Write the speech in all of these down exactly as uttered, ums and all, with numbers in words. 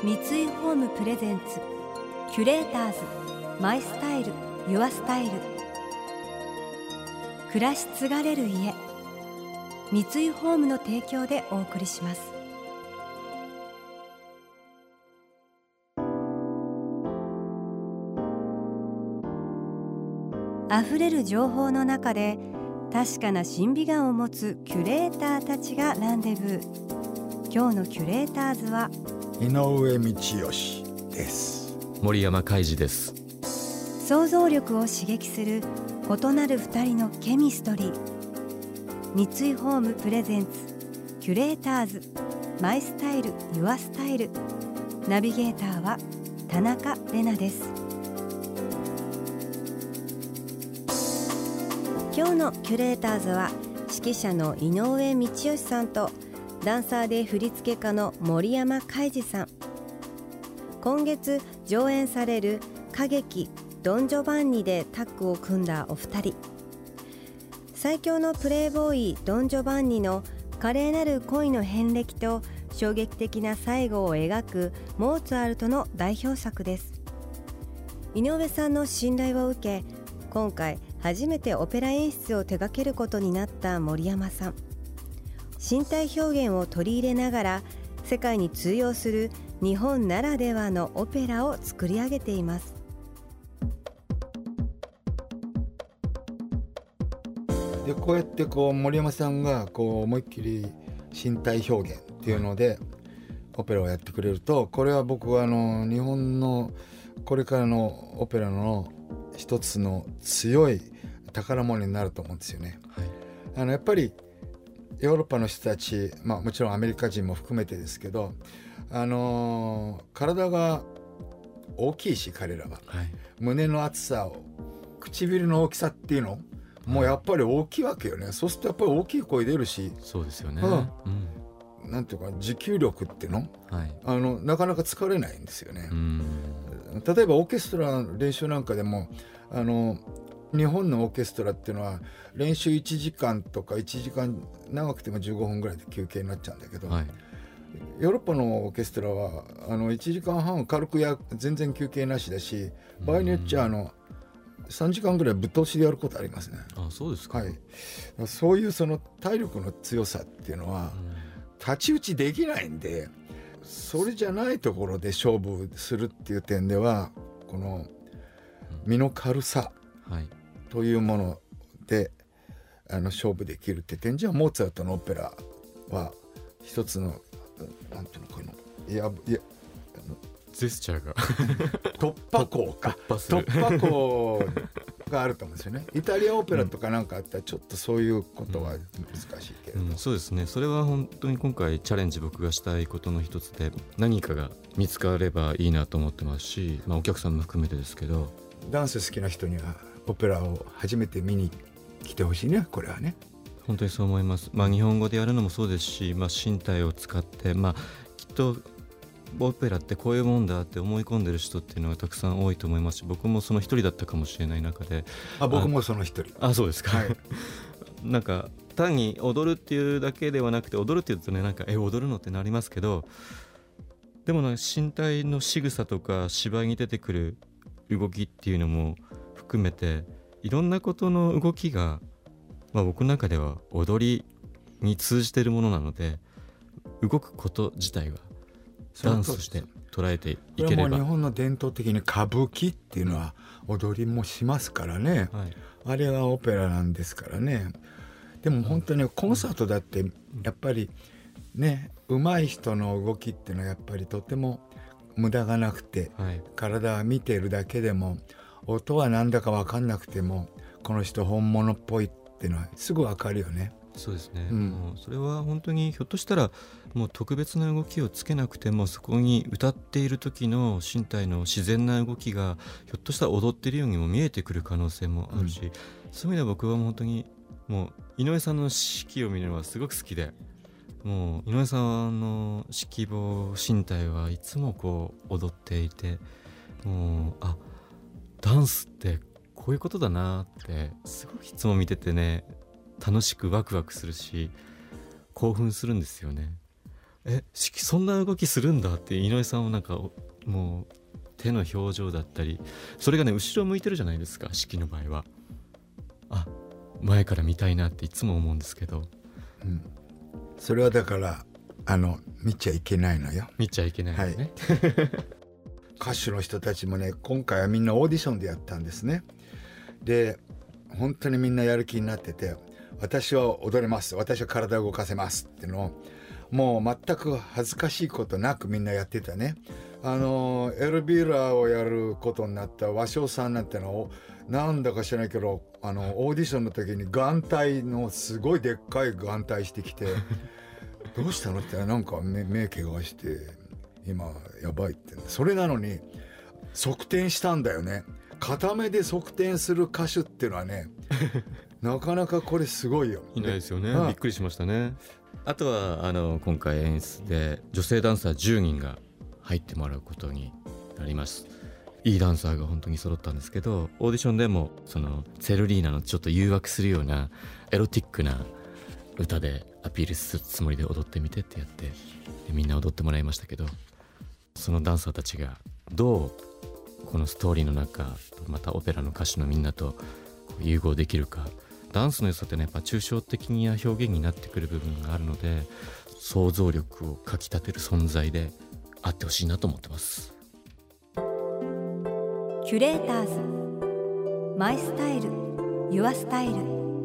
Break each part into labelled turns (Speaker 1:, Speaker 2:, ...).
Speaker 1: 三井ホームプレゼンツキュレーターズマイスタイルユアスタイル。暮らし継がれる家、三井ホームの提供でお送りします。あふれる情報の中で確かな審美眼を持つキュレーターたちがランデブー。今日のキュレーターズは
Speaker 2: 井上道義です。
Speaker 3: 森山開示です。
Speaker 1: 想像力を刺激する異なる二人のケミストリー。三井ホームプレゼンツキュレーターズマイスタイルユアスタイル。ナビゲーターは田中れなです。今日のキュレーターズは指揮者の井上道義さんとダンサーで振付家の森山開示さん。今月上演される歌劇ドンジョバンニでタッグを組んだお二人。最強のプレイボーイドンジョバンニの華麗なる恋の遍歴と衝撃的な最後を描くモーツァルトの代表作です。井上さんの信頼を受け、今回初めてオペラ演出を手掛けることになった森山さん。身体表現を取り入れながら世界に通用する日本ならではのオペラを作り上げています。
Speaker 2: でこうやってこう森山さんがこう思いっきり身体表現っていうのでオペラをやってくれると、これは僕はあの日本のこれからのオペラの一つの強い宝物になると思うんですよね、はい、あのやっぱりヨーロッパの人たち、まあ、もちろんアメリカ人も含めてですけど、あのー、体が大きいし彼らは、はい、胸の厚さを唇の大きさっていうのもうやっぱり大きいわけよね、はい、そうするとやっぱり大きい声出るし、
Speaker 3: そうですよね、
Speaker 2: うんうん、なんていうか持久力っていうの、はい、あのなかなか疲れないんですよね。うん、例えばオーケストラの練習なんかでもあの日本のオーケストラっていうのは練習いちじかんとかいちじかん長くてもじゅうごふんぐらいで休憩になっちゃうんだけど、はい、ヨーロッパのオーケストラはあのいちじかんはん軽くや全然休憩なしだし、場合によっちゃあのさんじかんぐらいぶっ通しでやることありますね。
Speaker 3: あ、そうですか、
Speaker 2: はい、そういうその体力の強さっていうのは太刀打ちできないんで、それじゃないところで勝負するっていう点ではこの身の軽さというものであの勝負できるって点じゃモーツァルトのオペラは一つのなんていうのかないやいや
Speaker 3: ジェスチャーが
Speaker 2: 突破口か突破口があると思うんですよね。イタリアオペラとかなんかあったらちょっとそういうことは難しいけれど、
Speaker 3: うんうん、そうですね。それは本当に今回チャレンジ僕がしたいことの一つで、何かが見つかればいいなと思ってますし、まあ、お客さんも含めてですけど、
Speaker 2: ダンス好きな人にはオペラを初めて見に来てほしいね。これはね
Speaker 3: 本当にそう思います、まあ、日本語でやるのもそうですし、まあ、身体を使って、まあ、きっとオペラってこういうもんだって思い込んでる人っていうのがたくさん多いと思いますし、僕もその一人だったかもしれない中で、
Speaker 2: あ僕もその一人。
Speaker 3: あ、そうですか、
Speaker 2: はい、
Speaker 3: なんか単に踊るっていうだけではなくて、踊るっていうとね、なんかえ踊るのってなりますけど、でも、ね、身体の仕草とか芝居に出てくる動きっていうのも含めて、いろんなことの動きが、まあ、僕の中では踊りに通じているものなので、動くこと自体はダンスして捉えていければ。これ
Speaker 2: も日本の伝統的に歌舞伎っていうのは踊りもしますからね、はい、あれはオペラなんですからね。でも本当にコンサートだってやっぱりね、上手い人の動きっていうのはやっぱりとても無駄がなくて、はい、体は見てるだけでも音はなんだか分かんなくてもこの人本物っぽいっていうのはすぐ分かるよね。
Speaker 3: そうですね、うん、もうそれは本当にひょっとしたらもう特別な動きをつけなくても、そこに歌っている時の身体の自然な動きがひょっとしたら踊っているようにも見えてくる可能性もあるし、うん、そういう意味では僕は本当にもう井上さんの指揮を見るのはすごく好きで、もう井上さんの指揮棒身体はいつもこう踊っていて、もうあダンスってこういうことだなってすごくいつも見ててね、楽しくワクワクするし興奮するんですよね。 えそんな動きするんだって井上さんはなんかもう手の表情だったりそれがね後ろ向いてるじゃないですか。式の場合はあ前から見たいなっていつも思うんですけど、
Speaker 2: うん、それはだからあの見ちゃいけないのよ。
Speaker 3: 見ちゃいけないのね、
Speaker 2: はい、歌手の人たちもね今回はみんなオーディションでやったんですね。で本当にみんなやる気になってて、私は踊れます、私は体を動かせますっていうのをもう全く恥ずかしいことなくみんなやってたね。あのエルビーラーをやることになった和尚さんなんてのをなんだか知らないけどあのオーディションの時に眼帯のすごいでっかい眼帯してきてどうしたのってなんか 目, 目怪我して今やばいって。それなのに側転したんだよね。片目で側転する歌手っていうのはねなかなかこれすごいよ。
Speaker 3: いないですよね。
Speaker 2: ああ
Speaker 3: びっくりしましたね。あとはあの今回演出で女性ダンサーじゅうにんが入ってもらうことになります。いいダンサーが本当に揃ったんですけど、オーディションでもそのセルリーナのちょっと誘惑するようなエロティックな歌でアピールするつもりで踊ってみてってやって、でみんな踊ってもらいましたけど、そのダンサーたちがどうこのストーリーの中またオペラの歌手のみんなと融合できるか。ダンスの良さってねやっぱ抽象的な表現になってくる部分があるので、想像力をかきたてる存在であってほしいなと思ってます。
Speaker 1: キュレーターズマイスタイルユアスタイル。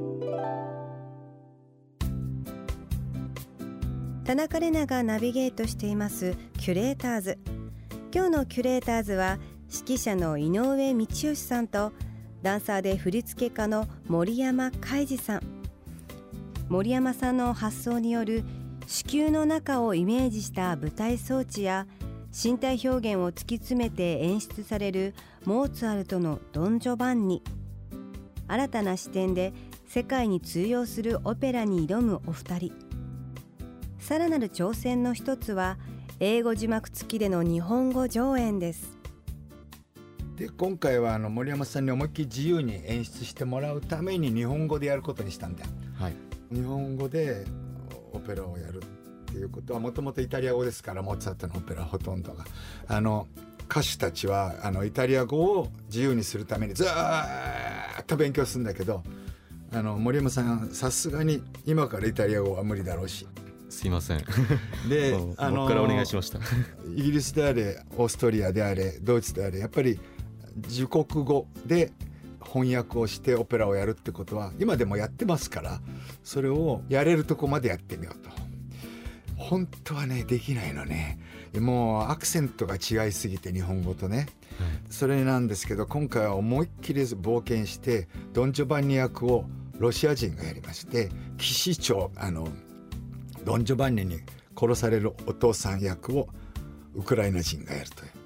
Speaker 1: 田中玲奈がナビゲートしていますキュレーターズ。今日のキュレーターズは指揮者の井上道義さんとダンサーで振付家の森山海二さん。森山さんの発想による子宮の中をイメージした舞台装置や身体表現を突き詰めて演出されるモーツァルトのドン・ジョバンニ。新たな視点で世界に通用するオペラに挑むお二人。さらなる挑戦の一つは英語字幕付きでの日本語上演です。
Speaker 2: で今回はあの森山さんに思いっきり自由に演出してもらうために日本語でやることにしたんだよ、はい、日本語でオペラをやるっていうことはもともとイタリア語ですから、モーツァルトのオペラほとんどがあの歌手たちはあのイタリア語を自由にするためにずーっと勉強するんだけど、あの森山さんさすがに今からイタリア語は無理だろうし、
Speaker 3: すいません
Speaker 2: で
Speaker 3: あの僕からお願いしました
Speaker 2: イギリスであれオーストリアであれドイツであれやっぱり自国語で翻訳をしてオペラをやるってことは今でもやってますから、それをやれるとこまでやってみようと。本当はねできないのね。もうアクセントが違いすぎて日本語とね、はい、それなんですけど今回は思いっきり冒険してドン・ジョバンニ役をロシア人がやりまして、騎士長あのドン・ジョバンニに殺されるお父さん役をウクライナ人がやるという、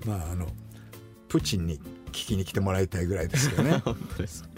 Speaker 2: まああのプーチンに聞きに来てもらいたいぐらいですよね
Speaker 3: 本当です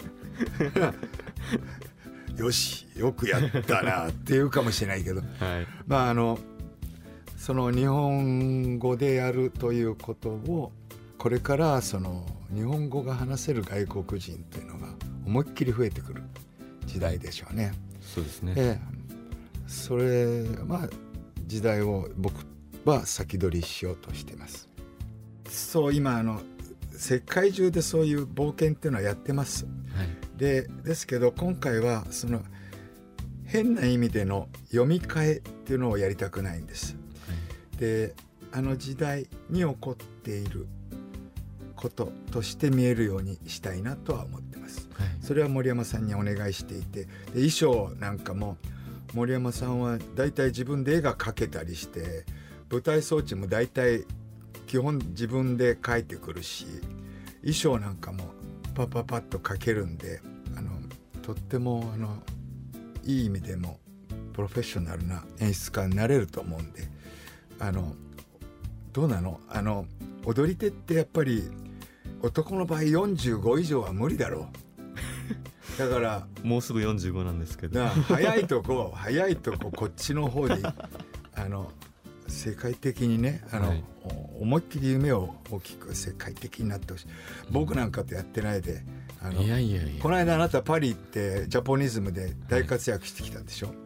Speaker 2: よしよくやったなっていうかもしれないけど、はい、まああのその日本語でやるということをこれからその日本語が話せる外国人というのが思いっきり増えてくる時代でしょうね。
Speaker 3: そうですね、
Speaker 2: えー、それまあ時代を僕は先取りしようとしています。そう今あの世界中でそういう冒険っていうのはやってます、はい、で, ですけど今回はその変な意味での読み替えっていうのをやりたくないんです、はい、であの時代に起こっていることとして見えるようにしたいなとは思ってます、はい、それは森山さんにお願いしていて、で衣装なんかも森山さんはだいたい自分で絵が描けたりして舞台装置もだいたい基本自分で描いてくるし、衣装なんかもパッパッパッと描けるんで、あのとってもあのいい意味でもプロフェッショナルな演出家になれると思うんで、あのどうなのあの踊り手ってやっぱり男の場合よんじゅうご以上は無理だろうだから
Speaker 3: もうすぐよんじゅうごなんですけど
Speaker 2: 早いとこ早いとここっちの方にあの世界的にねあの、はい、思いっきり夢を大きく世界的になってほしい。僕なんかとやってないであの
Speaker 3: いやいやいや、
Speaker 2: この間あなたパリ行ってジャポニズムで大活躍してきたでしょ、はい、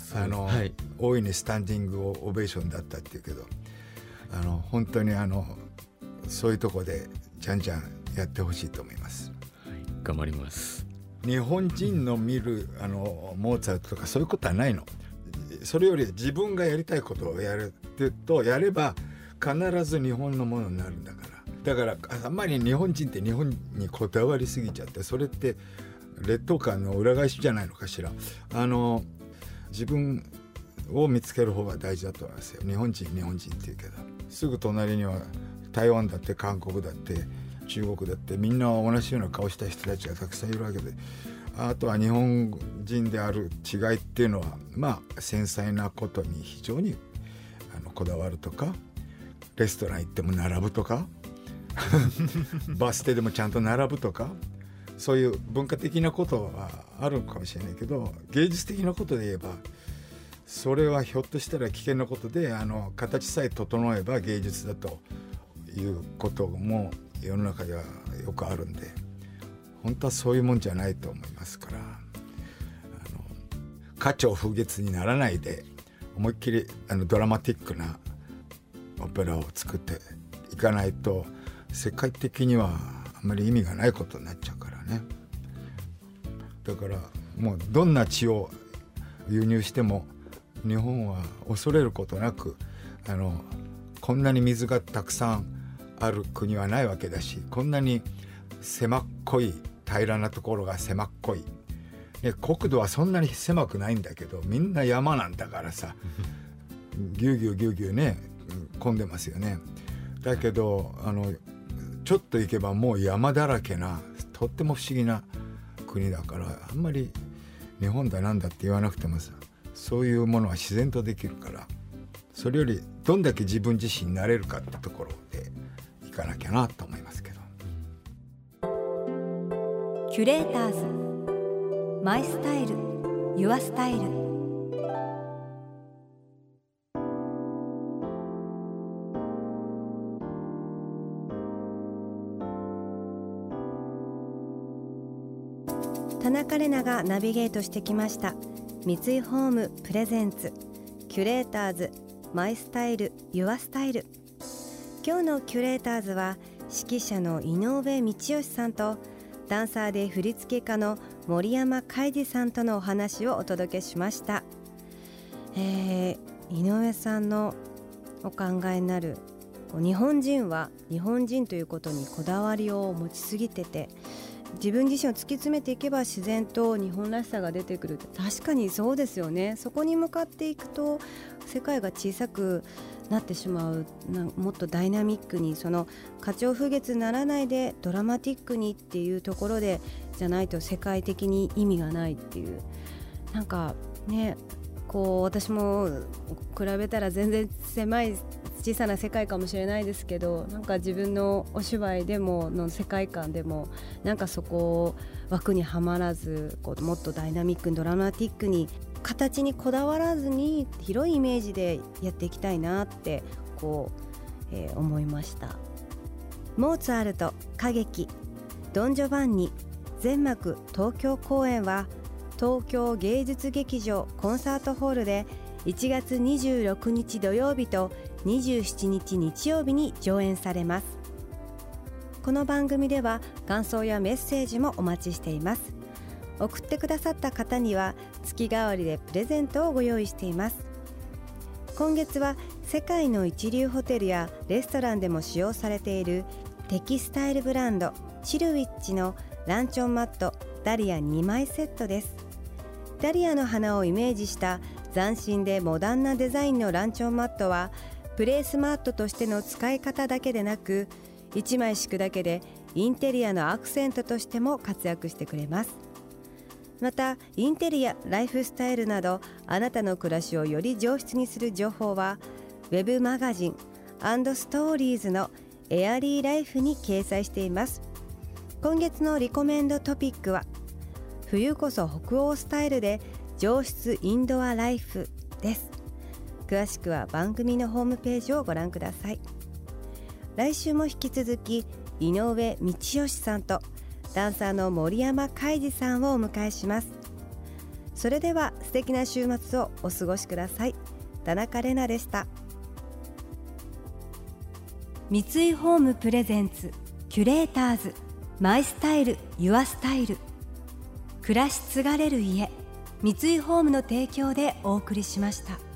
Speaker 2: あの、はい、大いにスタンディングオベーションだったっていうけど、あの本当にあのそういうとこでじゃんじゃんやってほしいと思います、
Speaker 3: はい、頑張ります。
Speaker 2: 日本人の見るあのモーツァルトとかそういうことはないの。それより自分がやりたいことをやるってとやれば必ず日本のものになるんだから。だからあんまり日本人って日本にこだわりすぎちゃって、それって劣等感の裏返しじゃないのかしら。あの自分を見つける方が大事だと思いますよ。日本人日本人っていうけど、すぐ隣には台湾だって韓国だって中国だってみんな同じような顔した人たちがたくさんいるわけで、あとは日本人である違いっていうのはまあ繊細なことに非常にあのこだわるとか、レストラン行っても並ぶとかバス停でもちゃんと並ぶとか、そういう文化的なことはあるかもしれないけど、芸術的なことで言えばそれはひょっとしたら危険なことで、あの形さえ整えば芸術だということも世の中ではよくあるんで、本当はそういうもんじゃないと思いますから、あの花鳥風月にならないで思いっきりあのドラマティックなオペラを作っていかないと世界的にはあんまり意味がないことになっちゃうからね。だからもうどんな血を輸入しても日本は恐れることなく、あのこんなに水がたくさんある国はないわけだし、こんなに狭っこい平らなところが狭っこい、で国土はそんなに狭くないんだけどみんな山なんだからさぎゅうぎゅうぎゅうぎゅうね混んでますよね。だけどあのちょっと行けばもう山だらけなとっても不思議な国だから、あんまり日本だなんだって言わなくてもさ、そういうものは自然とできるから、それよりどんだけ自分自身になれるかってところでいかなきゃなと思いますけど。
Speaker 1: キュレーターズマイスタイルユアスタイル。田中れながナビゲートしてきました三井ホームプレゼンツキュレーターズマイスタイルユアスタイル。今日のキュレーターズは指揮者の井上道義さんとダンサーで振付家の森山海二さんとのお話をお届けしました。えー、井上さんのお考えになる日本人は日本人ということにこだわりを持ちすぎてて、自分自身を突き詰めていけば自然と日本らしさが出てくるって、確かにそうですよね。そこに向かっていくと世界が小さくなってしまう。もっとダイナミックに、その花鳥風月にならないでドラマティックにっていうところでじゃないと世界的に意味がないっていう、なんかね、こう私も比べたら全然狭い小さな世界かもしれないですけど、なんか自分のお芝居でもの世界観でもなんかそこを枠にはまらず、こうもっとダイナミックにドラマティックに形にこだわらずに広いイメージでやっていきたいなってこう、えー、思いました。モーツァルト歌劇ドン・ジョバンニ全幕東京公演は東京芸術劇場コンサートホールでいちがつにじゅうろくにち土曜日とにじゅうしちにち日曜日に上演されます。この番組では感想やメッセージもお待ちしています。送ってくださった方には月替わりでプレゼントをご用意しています。今月は世界の一流ホテルやレストランでも使用されているテキスタイルブランドチルウィッチのランチョンマットダリアにまいセットです。ダリアの花をイメージした斬新でモダンなデザインのランチョンマットはプレースマットとしての使い方だけでなく、いちまい敷くだけでインテリアのアクセントとしても活躍してくれます。またインテリア、ライフスタイルなどあなたの暮らしをより上質にする情報はウェブマガジン&ストーリーズのエアリーライフに掲載しています。今月のリコメンドトピックは冬こそ北欧スタイルで上質インドアライフです。詳しくは番組のホームページをご覧ください。来週も引き続き井上道義さんとダンサーの森山海二さんをお迎えします。 それでは素敵な週末をお過ごしください。田中れなでした。三井ホームプレゼンツキュレーターズマイスタイルユアスタイル、暮らし継がれる家、三井ホームの提供でお送りしました。